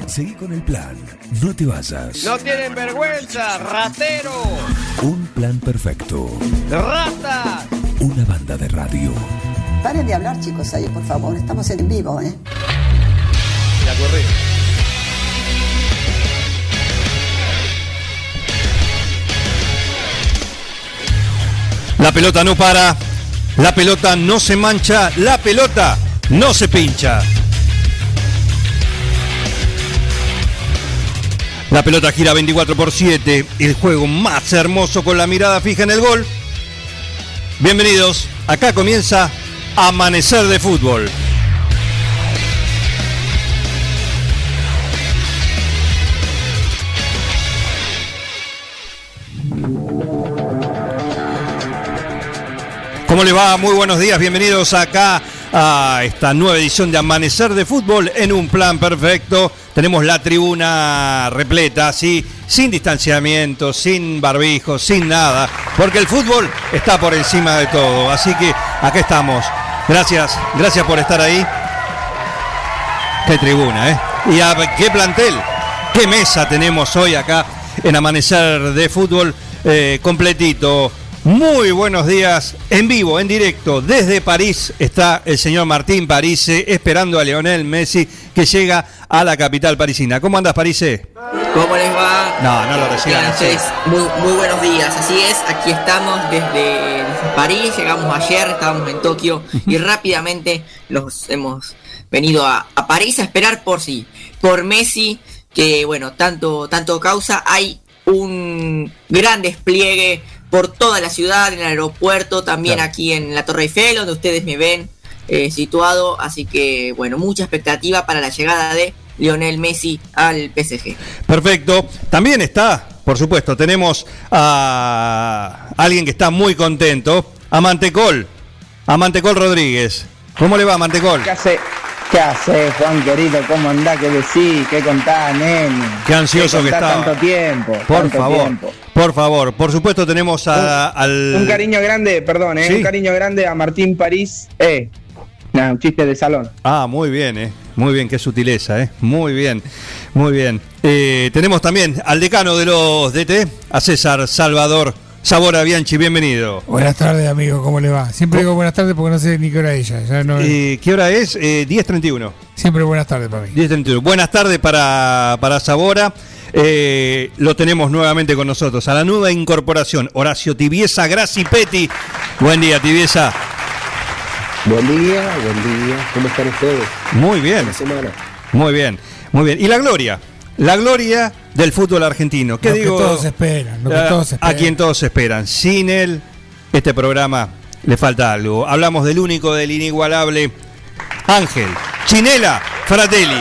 Seguí con el plan. No te vayas. No tienen vergüenza, ratero. Un plan perfecto. Rata. Una banda de radio. Paren de hablar, chicos, ahí, por favor. Estamos en vivo, ¿eh? La correa. La pelota no para, la pelota no se mancha, la pelota no se pincha. La pelota gira 24/7, el juego más hermoso con la mirada fija en el gol. Bienvenidos, acá comienza Amanecer de Fútbol. ¿Cómo le va? Muy buenos días, bienvenidos acá a esta nueva edición de Amanecer de Fútbol en un plan perfecto. Tenemos la tribuna repleta, ¿sí? Sin distanciamiento, sin barbijo, sin nada, porque el fútbol está por encima de todo. Así que acá estamos. Gracias por estar ahí. Qué tribuna, ¿eh? Y qué plantel, qué mesa tenemos hoy acá en Amanecer de Fútbol, completito. Muy buenos días, en vivo, en directo, desde París está el señor Martín Parise esperando a Lionel Messi que llega a la capital parisina. ¿Cómo andas, Parise? ¿Cómo les va? No lo reciban. Muy buenos días, así es, aquí estamos desde París, llegamos ayer, estábamos en Tokio y rápidamente los hemos venido a París a esperar por Messi, que bueno, tanto causa. Hay un gran despliegue por toda la ciudad, en el aeropuerto, también claro. Aquí en la Torre Eiffel, donde ustedes me ven situado, así que bueno, mucha expectativa para la llegada de Lionel Messi al PSG. Perfecto, también está, por supuesto, tenemos a alguien que está muy contento, a Mantecol Rodríguez. ¿Cómo le va, Mantecol? ¿Qué hace, Juan querido? ¿Cómo andás? ¿Qué decís? ¿Qué contás, nene? Qué ansioso que está. Tanto tiempo. Por favor. Por supuesto tenemos al... Un cariño grande, perdón, ¿sí? Un cariño grande a Martín París. Un chiste de salón. Ah, muy bien, Muy bien, qué sutileza, Muy bien. Tenemos también al decano de los DT, a César Salvador Sabora Bianchi, bienvenido. Buenas tardes, amigo, ¿cómo le va? Siempre digo buenas tardes porque no sé ni qué hora es ella. ¿Qué hora es? 10:31. Siempre buenas tardes para mí. 10:31. Buenas tardes para Sabora. Lo tenemos nuevamente con nosotros. A la nueva incorporación, Horacio Tibiesa Grassi Petti. Buen día, Tibiesa. Buen día. ¿Cómo están ustedes? Muy bien. Muy bien. ¿Y la gloria del fútbol argentino? ¿Qué digo? Lo que todos esperan. A quien todos esperan. Sin él, este programa le falta algo. Hablamos del único, del inigualable Ángel Chinela Fratelli.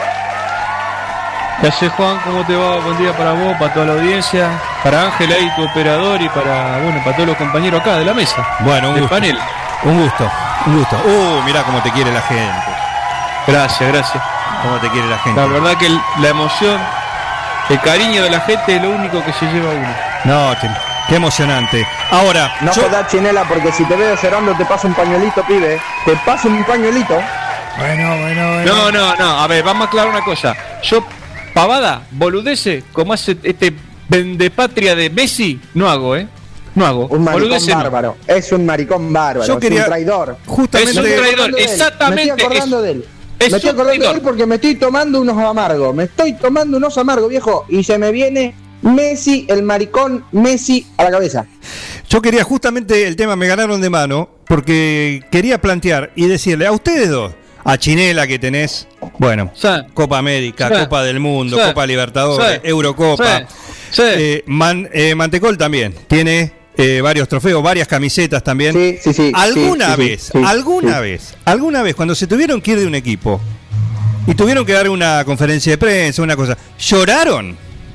¿Qué haces, Juan? ¿Cómo te va? Buen día para vos, para toda la audiencia, para Ángel ahí, tu operador, y para todos los compañeros acá de la mesa. Bueno, un gusto. Panel. Un gusto. Mirá cómo te quiere la gente. Gracias. Cómo te quiere la gente. La verdad que la emoción, el cariño de la gente es lo único que se lleva uno. No, qué emocionante. Ahora, no jodas, Chinela, porque si te veo llorando te paso un pañuelito, pibe. Te paso un pañuelito. Bueno. No. A ver, vamos a aclarar una cosa. Yo, pavada, boludece, como hace este vendepatria de Messi, no hago, No hago. Un maricón bárbaro. No. Es un maricón bárbaro. Yo quería, es un traidor. Justamente. Es un traidor, exactamente. Me estoy acordando de él. Me estoy acordando de él porque me estoy tomando unos amargos. Viejo. Y se me viene Messi, el maricón Messi a la cabeza. Yo quería justamente el tema, me ganaron de mano, porque quería plantear y decirle a ustedes dos, a Chinela que tenés, bueno, Copa América, Copa del Mundo, Copa Libertadores, Eurocopa. Mantecol también tiene varios trofeos, varias camisetas también. Sí. ¿Alguna vez, cuando se tuvieron que ir de un equipo y tuvieron que dar una conferencia de prensa, una cosa, lloraron?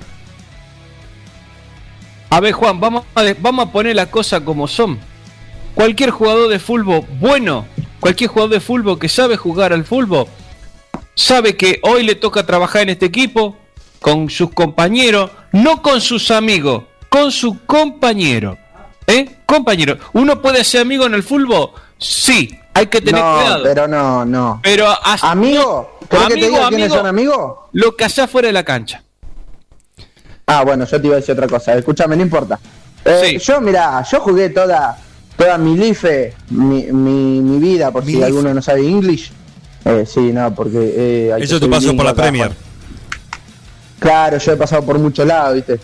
A ver, Juan, vamos a poner las cosas como son. Cualquier jugador de fútbol bueno, cualquier jugador de fútbol que sabe jugar al fútbol, sabe que hoy le toca trabajar en este equipo con sus compañeros, no con sus amigos, con su compañero. Compañero, ¿uno puede ser amigo en el fútbol? Sí, Hay que tener cuidado. Pero no. Pero amigo, ¿querés que te diga quiénes son amigos? Lo que haces fuera de la cancha. Bueno, yo te iba a decir otra cosa. Escúchame, no importa. Sí. Yo jugué toda mi life, mi vida, por si alguno no sabe English. Porque... eso te pasó por la Premier. Claro, yo he pasado por muchos lados, ¿viste?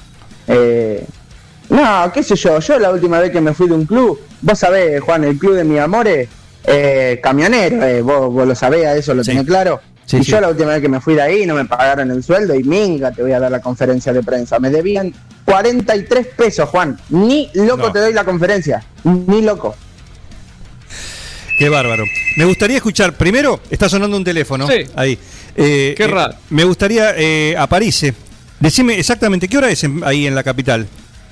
No, qué sé yo la última vez que me fui de un club, vos sabés, Juan, el club de mis amores, camionero, vos lo sabés, a eso lo tenés claro. Sí, yo la última vez que me fui de ahí no me pagaron el sueldo y minga, te voy a dar la conferencia de prensa. Me debían 43 pesos, Juan. Ni loco te doy la conferencia, ni loco. Qué bárbaro. Me gustaría escuchar, primero, está sonando un teléfono. Sí. Ahí. Qué raro. Me gustaría, a París, decime exactamente, ¿qué hora es ahí en la capital?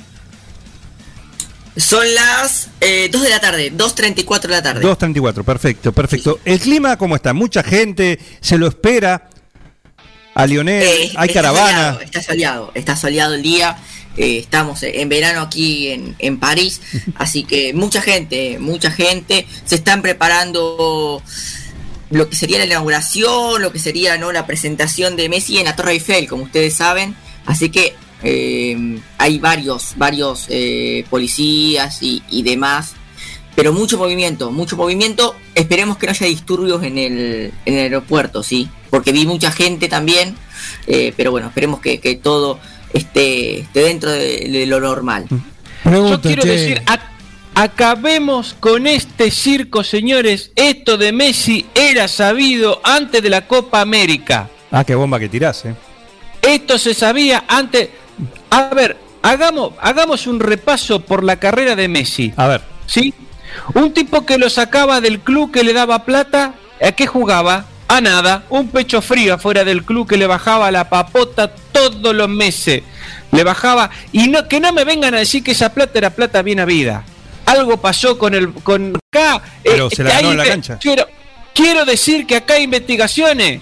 Son las 2 de la tarde, 2:34 de la tarde. 2:34, perfecto. Sí. ¿El clima cómo está? ¿Mucha gente se lo espera? ¿A Lionel? ¿Hay caravana? Está soleado el día. Estamos en verano aquí en París, así que mucha gente se están preparando lo que sería la inauguración, lo que sería la presentación de Messi en la Torre Eiffel, como ustedes saben, así que hay varios policías y demás, pero mucho movimiento, esperemos que no haya disturbios en el aeropuerto, sí, porque vi mucha gente también, pero bueno, esperemos que todo esté dentro de lo normal. Yo quiero decir, acabemos con este circo, señores. Esto de Messi era sabido antes de la Copa América. Qué bomba que tirás, Esto se sabía antes. A ver, hagamos un repaso por la carrera de Messi. A ver. ¿Sí? Un tipo que lo sacaba del club que le daba plata, ¿a qué jugaba? A nada, un pecho frío afuera del club que le bajaba la papota todos los meses. Le bajaba, y que no me vengan a decir que esa plata era plata bien habida. Algo pasó con acá. Pero se la ganó en la cancha. Quiero decir que acá hay investigaciones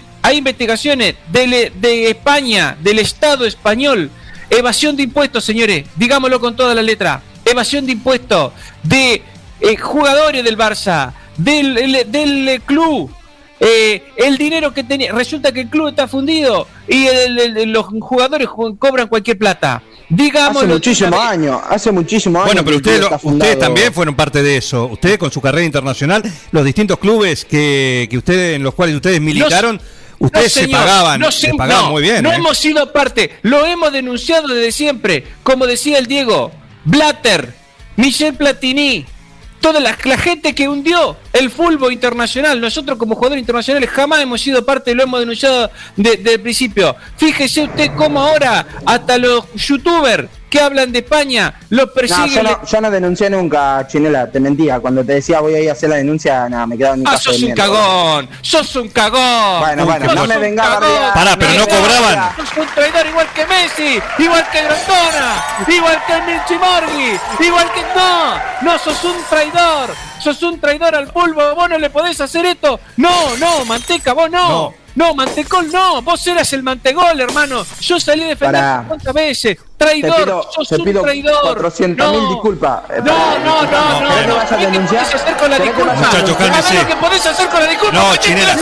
de España, del Estado español. Evasión de impuestos, señores, digámoslo con toda la letra. Evasión de impuestos de jugadores del Barça, del club. El dinero que tenía, resulta que el club está fundido y los jugadores cobran cualquier plata. Digamos, hace muchísimos años. Bueno, pero ustedes también fueron parte de eso. Ustedes con su carrera internacional, los distintos clubes en los cuales ustedes militaron, ustedes se pagaban muy bien. No hemos sido parte, lo hemos denunciado desde siempre. Como decía el Diego, Blatter, Michel Platini, toda la gente que hundió el fútbol internacional. Nosotros como jugadores internacionales jamás hemos sido parte, lo hemos denunciado desde el principio. Fíjese usted cómo ahora hasta los youtubers que hablan de España los persiguen. Yo no denuncié nunca, Chinela, te mentía. Cuando te decía voy a ir a hacer la denuncia, me quedaba en mi casa. sos un cagón. Bueno, no me venga a bardear. Pará, pero no cobraban. Sos un traidor igual que Messi, igual que Grondona, igual que Minchi Morghi, igual que... No, sos un traidor al fútbol. Vos no le podés hacer esto. No, Manteca, vos no. No, Mantecol no, vos eras el Mantegol, hermano. Yo salí a defender 50 veces. Traidor, sos un traidor. 400.000 disculpas. No vas a denunciar. ¿Qué podés hacer con la disculpa? Muchachos, cálmense. ¿Qué podés hacer con la disculpa? No, Chinela.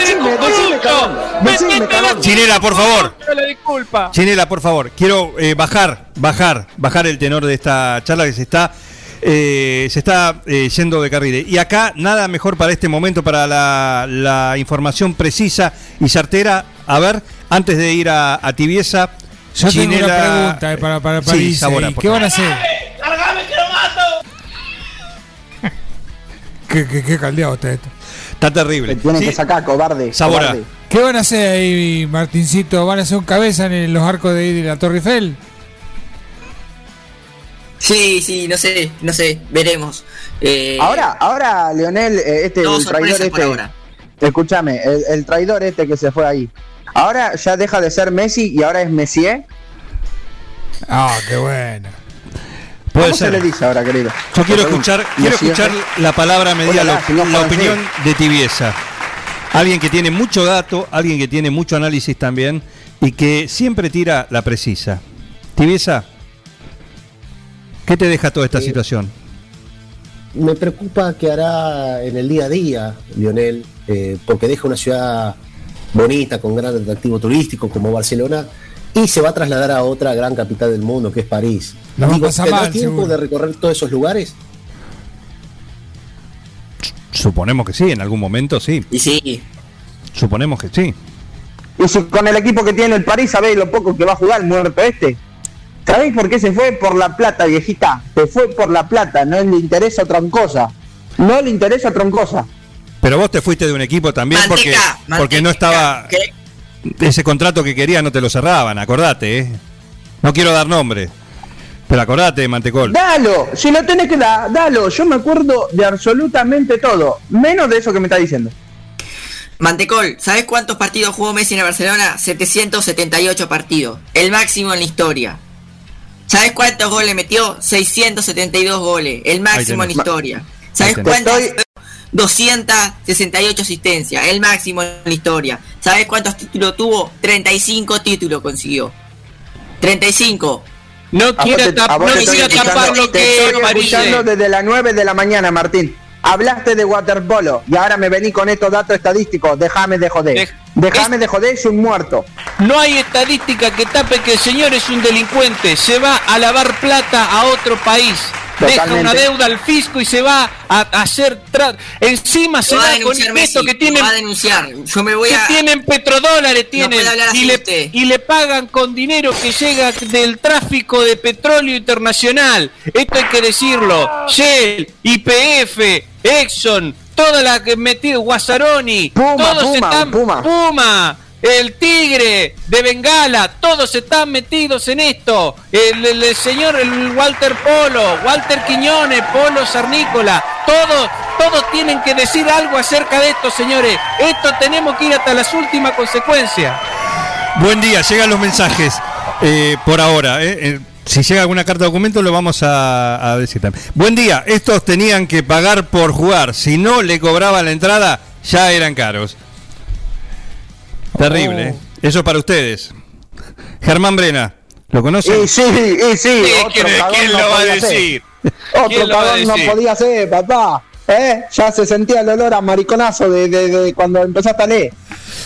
Chinela, por favor. Chinela, por favor. Quiero bajar el tenor de esta charla que se está yendo de carril. Y acá nada mejor para este momento, para la información precisa y certera. A ver, antes de ir a Tibiesa, yo tengo una pregunta para París. Sabora, ¿qué van a hacer? ¡Cargame que lo mato! Qué caldeado está esto. Está terrible. Te tienen que sacar, cobarde. Sabora. Cobarde. ¿Qué van a hacer ahí, Martincito? ¿Van a hacer un cabeza en los arcos de la Torre Eiffel? Sí, no sé, veremos. Ahora, Lionel, el traidor escúchame, el traidor que se fue ahí, ahora ya deja de ser Messi y ahora es Messier. Qué bueno. ¿Cómo se le dice ahora, querido? Yo quiero escuchar la palabra medida, la opinión de Tibiesa. Alguien que tiene mucho dato, alguien que tiene mucho análisis también y que siempre tira la precisa. Tibiesa, ¿qué te deja toda esta situación? me preocupa qué hará en el día a día Lionel, porque deja una ciudad bonita, con gran atractivo turístico como Barcelona, y se va a trasladar a otra gran capital del mundo, que es París. ¿Tendrá tiempo de recorrer todos esos lugares? Suponemos que sí, en algún momento sí. Y sí. Suponemos que sí. Y si con el equipo que tiene el París, ¿sabéis lo poco que va a jugar el muerto este? ¿Sabéis por qué se fue? Por la plata, viejita. Se fue por la plata, no le interesa otra cosa. No le interesa otra cosa. Pero vos te fuiste de un equipo también porque no estaba... ¿Qué? Ese contrato que querías no te lo cerraban, acordate, ¿eh? No quiero dar nombre, pero acordate, Mantecol. Dalo, si lo tenés que dar, dalo. Yo me acuerdo de absolutamente todo, menos de eso que me está diciendo. Mantecol, ¿sabés cuántos partidos jugó Messi en el Barcelona? 778 partidos, el máximo en la historia. ¿Sabés cuántos goles metió? 672 goles, el máximo en la historia. ¿Sabés cuántas? 268 asistencias, el máximo en la historia. ¿Sabés cuántos títulos tuvo? 35 títulos consiguió. 35. No quiero tapar lo que estoy escuchando desde las 9 de la mañana, Martín. Hablaste de waterpolo y ahora me vení con estos datos estadísticos. Déjame de joder. Déjame de joder, soy un muerto. No hay estadística que tape que el señor es un delincuente. Se va a lavar plata a otro país. Totalmente. Deja una deuda al fisco y se va a hacer encima se va con esto que tienen, va a denunciar. Yo me voy a... tienen petrodólares, tienen y le pagan con dinero que llega del tráfico de petróleo internacional. Esto hay que decirlo. Shell, YPF, Exxon, toda la que metido Guazzaroni, Puma, el Tigre de Bengala, todos están metidos en esto. El señor Walter Quiñones, Polo Sarnícola, todos tienen que decir algo acerca de esto, señores. Esto tenemos que ir hasta las últimas consecuencias. Buen día, llegan los mensajes por ahora. Si llega alguna carta de documento lo vamos a decir también. Buen día, estos tenían que pagar por jugar. Si no le cobraban la entrada, ya eran caros. Terrible, ¿eh? Eso es para ustedes. Germán Brena, ¿lo conocen? Sí. ¿Quién lo va a decir? Otro cagón no podía ser, papá. Ya se sentía el olor a mariconazo de cuando empezaste a leer.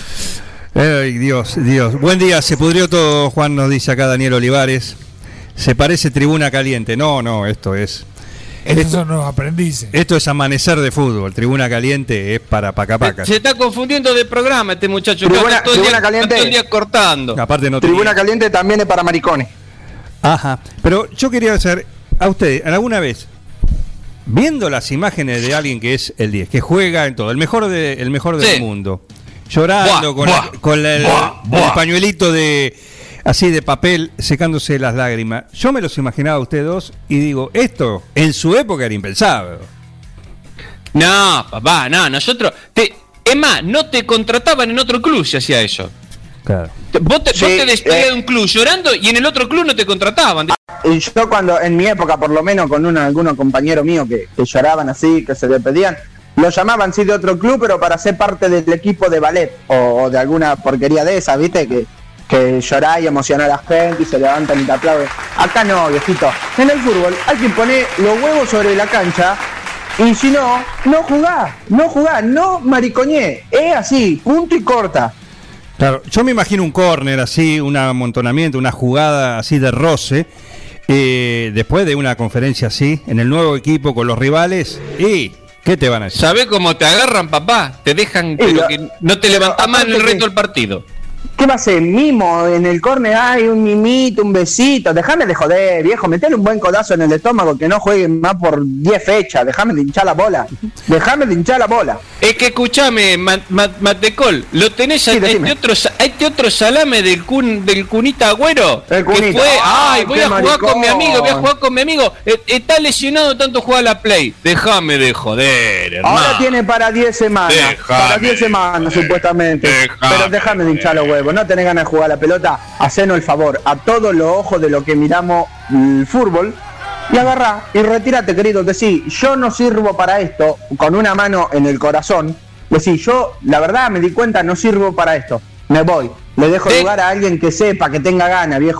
Ay, Dios. Buen día, se pudrió todo, Juan nos dice acá Daniel Olivares. Se parece Tribuna Caliente. No, esto es... Estos son los aprendices. Esto es Amanecer de Fútbol. Tribuna Caliente es para Pacapaca. Se está confundiendo de programa este muchacho. Tribuna Caliente. Todo el día cortando. Aparte no Tribuna Caliente también es para maricones. Ajá. Pero yo quería saber a usted, ¿alguna vez, viendo las imágenes de alguien que es el 10, que juega en todo, el mejor del mundo, llorando con el pañuelito así de papel, secándose las lágrimas? Yo me los imaginaba a ustedes dos y digo, esto en su época era impensable. No, papá, no, nosotros... es más, no te contrataban en otro club si hacía eso. Claro. Vos te despedías de un club llorando y en el otro club no te contrataban. Y yo cuando, en mi época, por lo menos con algunos compañeros míos que lloraban así, que se despedían, lo llamaban sí de otro club, pero para ser parte del equipo de ballet o de alguna porquería de esa, ¿viste? Que llorá y emociona a la gente y se levantan y te aplauden. Acá no, viejito. En el fútbol hay que poner los huevos sobre la cancha y si no jugás, no maricoñé. Es así, punto y corta. Claro, yo me imagino un córner así, un amontonamiento, una jugada así de roce, después de una conferencia así, en el nuevo equipo con los rivales, y ¿qué te van a decir? ¿Sabés cómo te agarran, papá? Te dejan, pero que no te levantás más en el resto del partido. ¿Qué va a ser? Mimo en el córner, hay un mimito, un besito. Déjame de joder, viejo, metele un buen codazo en el estómago, que no jueguen más por 10 fechas. Déjame de hinchar la bola. Es que escuchame, Matecol, lo tenés sí, este otro salame del Cunita Agüero. El Cunita. Que fue, voy a jugar con mi amigo. Está lesionado tanto juega la Play. Déjame de joder, hermano. Ahora tiene para 10 semanas. Para 10 semanas, supuestamente. Pero déjame de hinchar los huevos. No tenés ganas de jugar la pelota, hacenos el favor a todos los ojos de lo que miramos el fútbol y agarrá y retírate, querido. Decí, yo no sirvo para esto, con una mano en el corazón. Decí, yo la verdad me di cuenta, no sirvo para esto, me voy, le dejo lugar a alguien que sepa, que tenga ganas, viejo.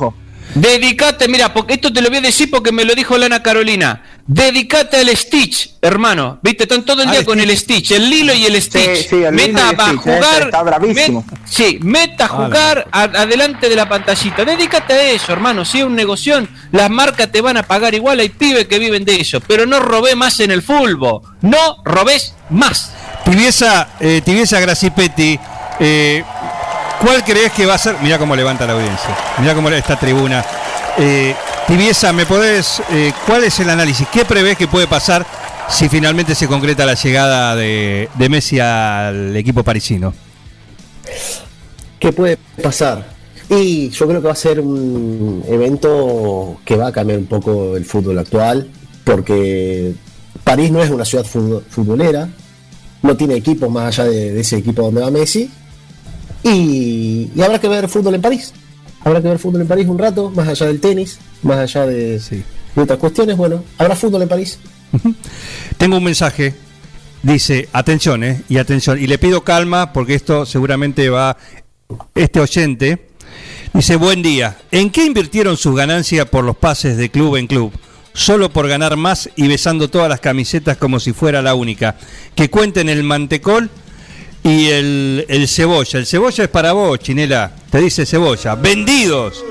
Dedicate, mira, porque esto te lo voy a decir porque me lo dijo Lana Carolina. Dedicate al Stitch, hermano. Viste, están todo el día con el Stitch, el Lilo y el Stitch. Sí, el meta Lilo y a Stitch, jugar. está bravísimo. Meta a jugar adelante de la pantallita. Dedícate a eso, hermano. Si es un negocio, las marcas te van a pagar igual. Hay pibes que viven de eso. Pero no robé más en el fútbol. No robés más. Tibiesa Gracipetti, ¿cuál crees que va a ser? Mirá cómo levanta la audiencia, mirá cómo esta tribuna. Tibiesa, ¿me podés? ¿Cuál es el análisis? ¿Qué prevés que puede pasar si finalmente se concreta la llegada de Messi al equipo parisino? ¿Qué puede pasar? Y yo creo que va a ser un evento que va a cambiar un poco el fútbol actual, porque París no es una ciudad futbolera, no tiene equipos más allá de ese equipo donde va Messi, y habrá que ver fútbol en París. Habrá que ver fútbol en París un rato, más allá del tenis, más allá de otras cuestiones. Bueno, habrá fútbol en París. Tengo un mensaje, dice, atención, y atención, y le pido calma porque esto seguramente va, este oyente, dice, buen día, ¿en qué invirtieron sus ganancias por los pases de club en club? Solo por ganar más y besando todas las camisetas como si fuera la única. Que cuenten el mantecol y el cebolla. El cebolla es para vos, Chinela. Te dice cebolla. ¡Vendidos!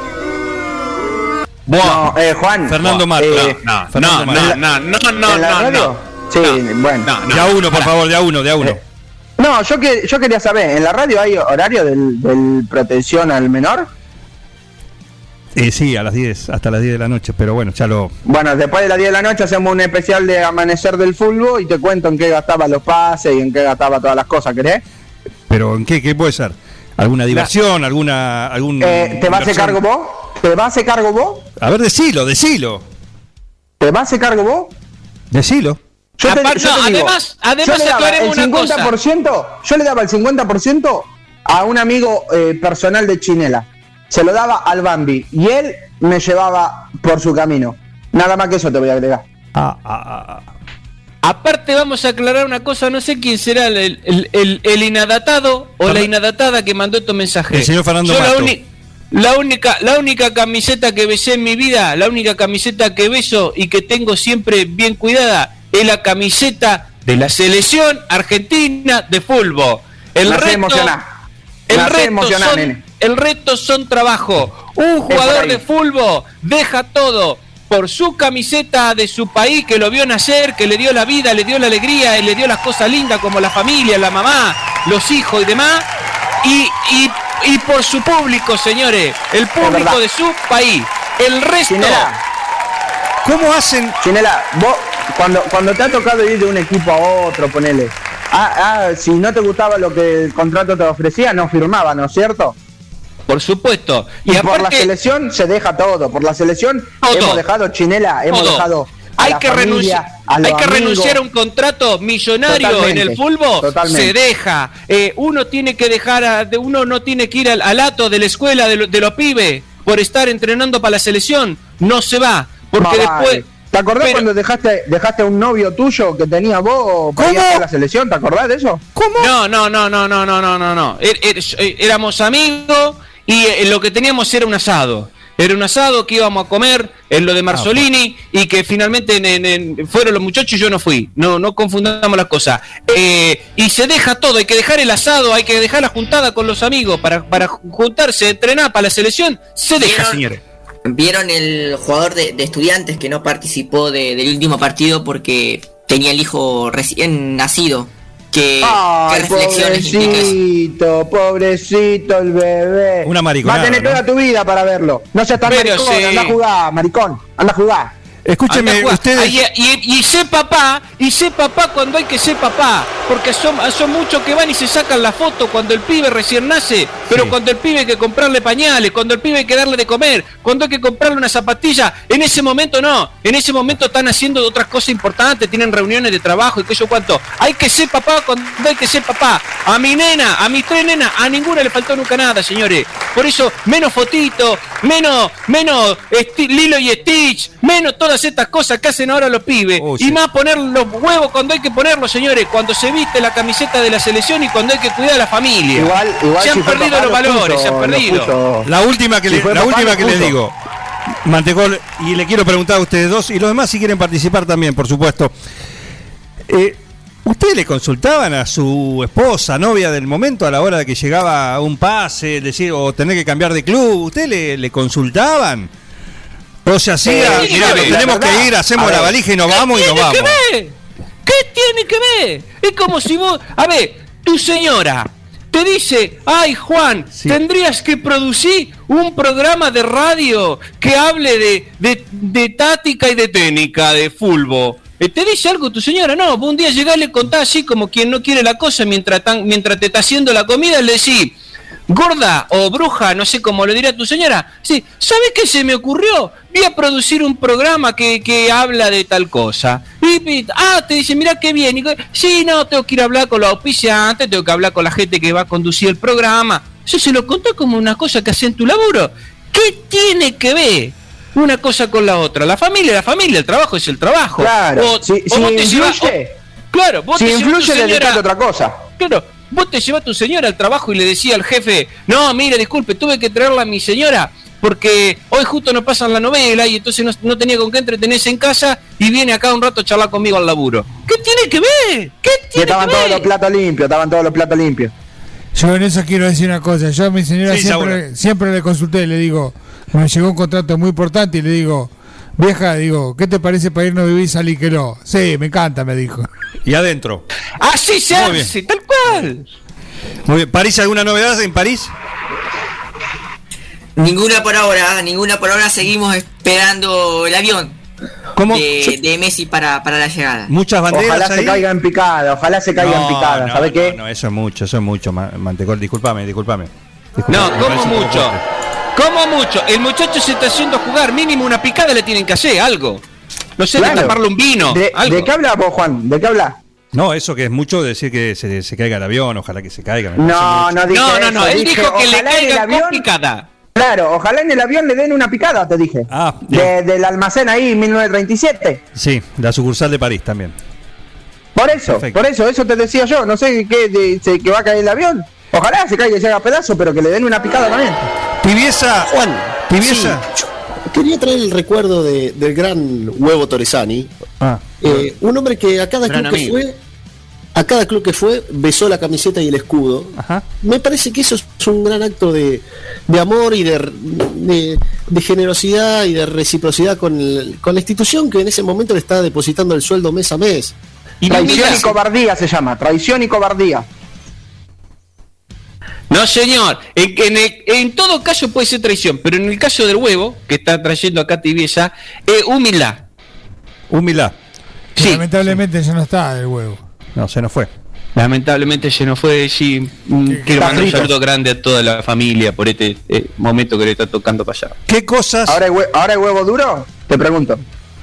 No, Juan. Fernando Marco. No. Sí, bueno. De a uno, por favor, de a uno. No, yo quería saber, ¿en la radio hay horario del protección al menor? Sí, a las 10, hasta las 10 de la noche, pero bueno, ya lo... Bueno, después de las 10 de la noche hacemos un especial de amanecer del fútbol y te cuento en qué gastaba los pases y en qué gastaba todas las cosas, ¿querés? ¿Pero en qué puede ser? ¿Alguna diversión? ¿Algún ¿Te vas a hacer cargo vos? ¿Te vas a hacer cargo vos? A ver, decilo. ¿Te vas a hacer cargo vos? Decilo. Además aclaremos una cosa. Yo le daba el 50% a un amigo personal de Chinela. Se lo daba al Bambi y él me llevaba por su camino. Nada más que eso te voy a agregar. Aparte vamos a aclarar una cosa, no sé quién será el inadaptado o la inadatada que mandó estos mensajes. El señor Fernando Mato. La única camiseta que besé en mi vida, la única camiseta que beso y que tengo siempre bien cuidada, es la camiseta de la selección argentina de fútbol. El resto son trabajo. Un jugador de fútbol deja todo por su camiseta de su país, que lo vio nacer, que le dio la vida, le dio la alegría, le dio las cosas lindas como la familia, la mamá, los hijos y demás, y por su público, señores, el público de su país. El resto... Chinela, ¿cómo hacen? Chinela, vos cuando te ha tocado ir de un equipo a otro, ponele, si no te gustaba lo que el contrato te ofrecía, no firmaba, ¿no es cierto? Por supuesto. Y aparte, por la selección se deja todo. Por la selección hemos dejado, Chinela, hemos dejado hay que renunciar a un contrato millonario en el fútbol. Totalmente. Se deja. Uno tiene que dejar, uno no tiene que ir al ato de la escuela de los pibes por estar entrenando para la selección. No se va. Porque después... ¿Te acordás cuando dejaste a un novio tuyo que tenía vos para ir a la selección? ¿Te acordás de eso? ¿Cómo? No. Éramos amigos y lo que teníamos era un asado. Era un asado que íbamos a comer en lo de Marzolini y que finalmente fueron los muchachos y yo no fui. No confundamos las cosas. Y se deja todo. Hay que dejar el asado, hay que dejar la juntada con los amigos para juntarse, entrenar para la selección. Se deja, señores. ¿Vieron el jugador de Estudiantes que no participó del último partido porque tenía el hijo recién nacido? ¿Qué reflexiones pobrecito el bebé. Una mariconada, va a tener toda tu vida para verlo. No seas tan maricón, anda a jugar, maricón, anda a jugar. Escúcheme, ustedes... Y sé papá cuando hay que ser papá, porque son muchos que van y se sacan la foto cuando el pibe recién nace, pero cuando el pibe hay que comprarle pañales, cuando el pibe hay que darle de comer, cuando hay que comprarle una zapatilla, en ese momento no, en ese momento están haciendo otras cosas importantes, tienen reuniones de trabajo y qué sé yo cuánto. Hay que ser papá cuando hay que ser papá. A mi nena, a mis 3 nenas, a ninguna le faltó nunca nada, señores. Por eso, menos fotitos, menos Lilo y Stitch, menos todas estas cosas que hacen ahora los pibes, y más poner los huevos cuando hay que ponerlos, señores. Cuando se viste la camiseta de la selección y cuando hay que cuidar a la familia. Igual se han si fue perdido papá, los valores, se han perdido. La última que les digo, Mantecol, y le quiero preguntar a ustedes dos, y los demás si quieren participar también, por supuesto. ¿Ustedes le consultaban a su esposa, novia del momento, a la hora de que llegaba un pase, decir, o tener que cambiar de club? ¿Ustedes le consultaban? O se hacía, mirá, tenemos que ir, hacemos la valija y nos vamos y nos vamos. ¿Qué tiene que ver? Es como si vos... A ver, tu señora te dice, ay Juan, tendrías que producir un programa de radio que hable de táctica y de técnica de fútbol. ¿Te dice algo tu señora? No, vos un día llegás y le contás así como quien no quiere la cosa mientras te está haciendo la comida, le decís, gorda o bruja, no sé cómo le dirá tu señora. Sí, ¿sabes qué se me ocurrió? Voy a producir un programa que habla de tal cosa. Y te dice, mira qué bien. Y, sí, no, tengo que ir a hablar con los auspiciantes, tengo que hablar con la gente que va a conducir el programa. Eso se lo contó como una cosa que hace en tu laburo. ¿Qué tiene que ver una cosa con la otra? La familia, el trabajo es el trabajo. Claro, si influye, claro, vos si influye, dedicate a otra cosa. Claro, vos te llevas a tu señora al trabajo y le decía al jefe, no, mire, disculpe, tuve que traerla a mi señora porque hoy justo nos pasan la novela y entonces no tenía con qué entretenerse en casa y viene acá un rato a charlar conmigo al laburo. ¿Qué tiene que ver? Estaban todos los platos limpios, Yo en eso quiero decir una cosa. Yo a mi señora siempre le consulté, le digo, me llegó un contrato muy importante y le digo, vieja, ¿qué te parece para irnos a vivir a Liqueló? Sí, me encanta, me dijo. Y adentro. Así se hace, tal cual. Muy bien. ¿París, alguna novedad en París? Ninguna por ahora, seguimos esperando el avión. ¿Cómo? De Messi para la llegada. Muchas banderas. Ojalá se caiga en picada, ¿sabes qué? No, eso es mucho, Mantecol, discúlpame. No, ¿cómo mucho? El muchacho se está haciendo jugar, mínimo una picada le tienen que hacer, algo. No sé, de taparle un vino. ¿De qué hablas vos, Juan? ¿De qué hablas? No, eso que es mucho decir que se caiga el avión, ojalá que se caiga. No, él dijo que le caiga con picada. Claro, ojalá en el avión le den una picada, te dije. Del almacén ahí, 1937. Sí, la sucursal de París también. Por eso te decía yo. No sé que va a caer el avión. Ojalá se caiga y se haga pedazo, pero que le den una picada también. Tibieza. Sí, quería traer el recuerdo del gran Huevo Torresani. Un hombre que a cada club que fue, besó la camiseta y el escudo. Ajá. Me parece que eso es un gran acto de amor y de generosidad y de reciprocidad con la institución que en ese momento le está depositando el sueldo mes a mes. Traición y cobardía se llama, traición y cobardía. No, señor, en todo caso puede ser traición, pero en el caso del Huevo, que está trayendo acá Tibieza, humildad. Sí. Lamentablemente ya no está el Huevo. No, se nos fue. Lamentablemente se nos fue, sí. Quiero mandar un saludo grande a toda la familia por este momento que le está tocando pasar. ¿Qué cosas? ¿Ahora hay huevo duro? Te pregunto.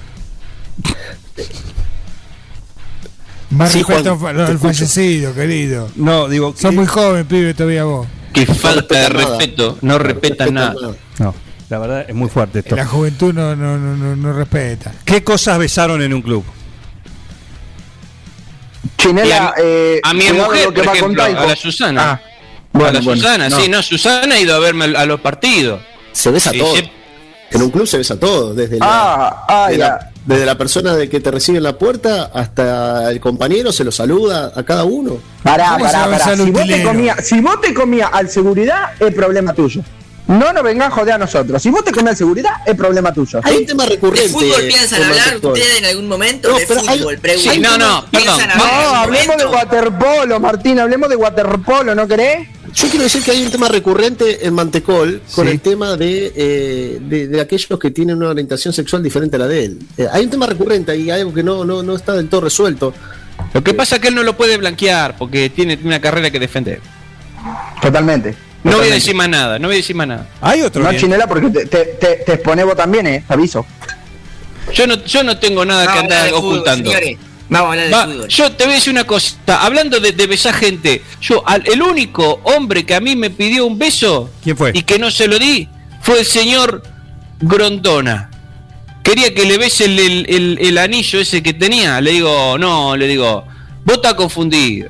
Más respeto al fallecido, querido. No, digo... Sos muy joven, pibe, todavía vos. Qué falta de respeto, no respetan nada. No, la verdad es muy fuerte esto. La juventud no respeta. ¿Qué cosas besaron en un club? Chinela, a mi mujer, por ejemplo, a la Susana. Susana, no. Sí, no, Susana ha ido a verme a los partidos. Se besa todo. En un club se besa todo, desde la persona de que te recibe en la puerta hasta el compañero, se lo saluda a cada uno. Pará. Si vos te comías al seguridad, es problema tuyo. No nos vengan a joder a nosotros. Si vos te comés seguridad, es problema tuyo. Hay un tema recurrente. ¿De fútbol piensan hablar ustedes en algún momento? No, de fútbol, perdón. Hablemos de waterpolo, Martín, hablemos de waterpolo, ¿no querés? Yo quiero decir que hay un tema recurrente en Mantecol con el tema de aquellos que tienen una orientación sexual diferente a la de él. Hay un tema recurrente y hay algo que no está del todo resuelto. Lo que pasa es que él no lo puede blanquear porque tiene una carrera que defender. Totalmente. No voy a decir más nada, Hay otro. No, Chinela, porque te exponés vos también, te aviso. Yo no tengo nada que andar ocultando. Vamos a hablar de fútbol. Yo te voy a decir una cosa, hablando de besar gente, el único hombre que a mí me pidió un beso, ¿quién fue? Y que no se lo di, fue el señor Grondona. Quería que le bese el anillo ese que tenía, le digo, vos estás confundido.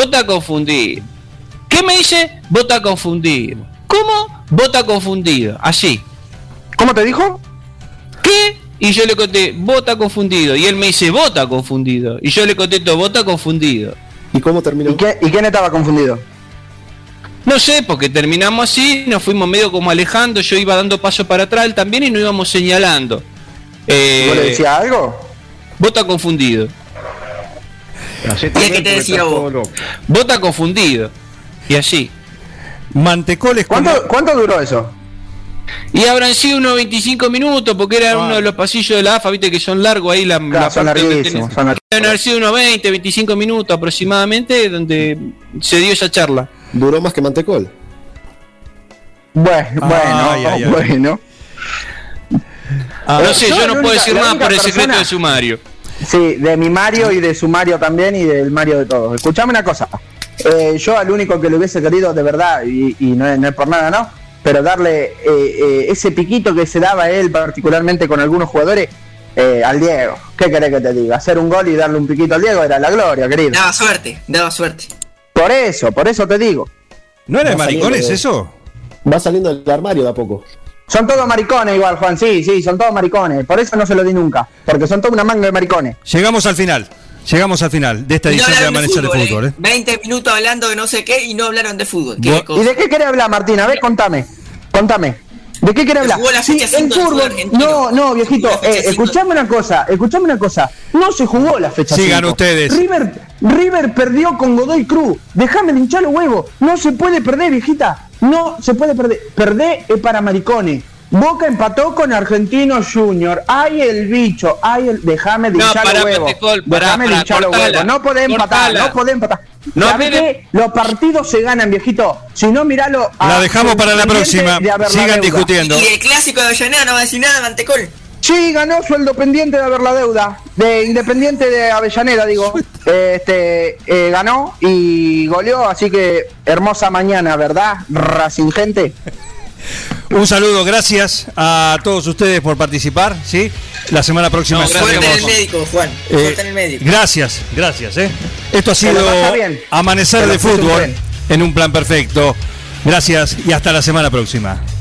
¿Qué me dice? Vos estás confundido. ¿Cómo? Vos estás confundido. Así. ¿Cómo te dijo? ¿Qué? Y yo le conté, vos estás confundido. Y él me dice, vos estás confundido. Y yo le contesto, vos estás confundido. ¿Y cómo terminó? ¿Y quién estaba confundido? No sé, porque terminamos así, nos fuimos medio como alejando, yo iba dando paso para atrás, él también, y nos íbamos señalando. ¿Vos le decías algo? Vos estás confundido. ¿Y qué te decía vos? Vos estás confundido. Y así. Mantecoles. ¿Cuánto duró eso? Y habrán sido unos 25 minutos, porque era uno de los pasillos de la AFA, viste que son largos ahí. Son larguísimos. Deben haber sido unos 20, 25 minutos aproximadamente, donde se dio esa charla. Duró más que Mantecol. Bueno. No sé, yo no puedo decir nada por el secreto de sumario. Sí, de mi Mario y de su Mario también y del Mario de todos. Escuchame una cosa. Yo al único que le hubiese querido de verdad, y no es por nada, ¿no? Pero darle ese piquito que se daba él particularmente con algunos jugadores al Diego. ¿Qué querés que te diga? Hacer un gol y darle un piquito al Diego era la gloria, querido. Daba suerte. Por eso te digo. ¿No era de maricones eso? Va saliendo del armario de a poco. Son todos maricones igual, Juan, sí, son todos maricones. Por eso no se lo di nunca, porque son toda una manga de maricones. Llegamos al final de esta edición de Amanecer de Fútbol. 20 minutos hablando de no sé qué y no hablaron de fútbol. ¿Y de qué querés hablar, Martín? A ver, contame. ¿De qué querés hablar? Sí, el fútbol. No, viejito, escuchame una cosa. No se jugó la fecha 5. Sigan ustedes. River perdió con Godoy Cruz. Déjame de hinchar los huevos. No se puede perder, viejita. No se puede perder. Perder es para maricones. Boca empató con Argentinos Junior. Ay, el bicho. Déjame de hinchar los huevos. Déjame de hinchar los huevos. No podés empatar. ¿Sabés qué? Los partidos se ganan, viejito. Si no, miralo. La dejamos para la próxima. Sigan discutiendo. Y el clásico de Avellaneda no va a decir nada, Mantecol. Sí, ganó sueldo pendiente de haber la deuda. De Independiente de Avellaneda, digo. Ganó y goleó. Así que hermosa mañana, ¿verdad? Racing gente. Un saludo, gracias a todos ustedes por participar, ¿sí? La semana próxima suerte en el médico, Juan. Suerte en el médico. Gracias. Esto ha sido Amanecer de Fútbol en un plan perfecto. Gracias y hasta la semana próxima.